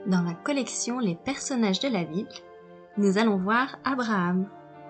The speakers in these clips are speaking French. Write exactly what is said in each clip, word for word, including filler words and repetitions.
dans la collection Les personnages de la Bible, nous allons voir Abraham.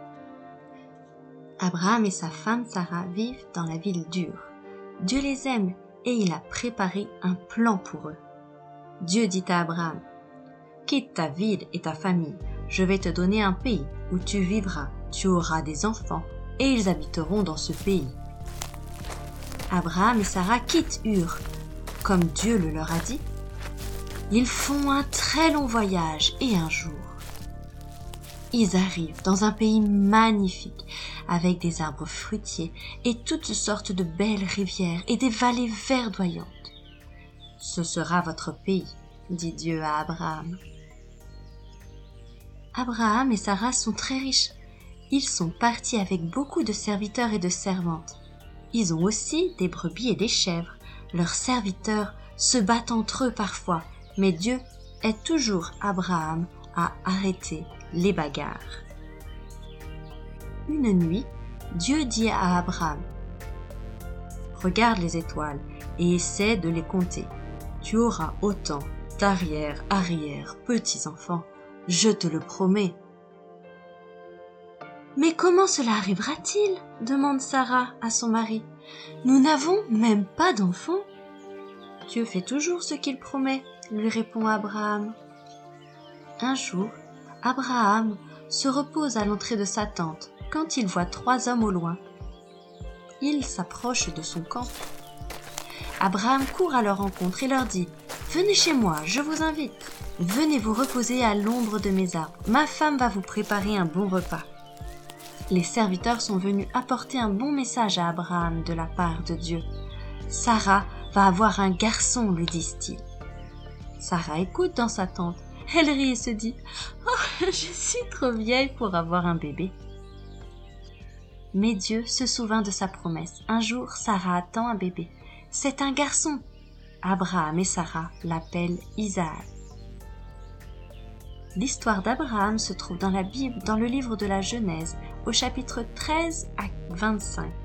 Abraham et sa femme Sarah vivent dans la ville dure. Dieu les aime et il a préparé un plan pour eux. Dieu dit à Abraham, « Quitte ta ville et ta famille, je vais te donner un pays où tu vivras, tu auras des enfants et ils habiteront dans ce pays. » Abraham et Sarah quittent Ur, comme Dieu le leur a dit. Ils font un très long voyage et un jour, ils arrivent dans un pays magnifique avec des arbres fruitiers et toutes sortes de belles rivières et des vallées verdoyantes. « Ce sera votre pays, » dit Dieu à Abraham. Abraham et Sarah sont très riches. Ils sont partis avec beaucoup de serviteurs et de servantes. Ils ont aussi des brebis et des chèvres. Leurs serviteurs se battent entre eux parfois, mais Dieu aide toujours Abraham à arrêter les bagarres. Une nuit, Dieu dit à Abraham, « Regarde les étoiles et essaie de les compter. Tu auras autant d'arrière, arrière, petits-enfants. Je te le promets. » « Mais comment cela arrivera-t-il ?» demande Sarah à son mari. « Nous n'avons même pas d'enfants. »« Dieu fait toujours ce qu'il promet, » lui répond Abraham. Un jour, Abraham se repose à l'entrée de sa tente quand il voit trois hommes au loin. Il s'approche de son camp. Abraham court à leur rencontre et leur dit « Venez chez moi, je vous invite. Venez vous reposer à l'ombre de mes arbres. Ma femme va vous préparer un bon repas. » Les serviteurs sont venus apporter un bon message à Abraham de la part de Dieu. « Sarah va avoir un garçon, lui disent-ils. » Sarah écoute dans sa tente. Elle rit et se dit « Oh, je suis trop vieille pour avoir un bébé. » Mais Dieu se souvint de sa promesse. Un jour, Sarah attend un bébé. C'est un garçon. Abraham et Sarah l'appellent Isaac. L'histoire d'Abraham se trouve dans la Bible, dans le livre de la Genèse, au chapitre treize à vingt-cinq.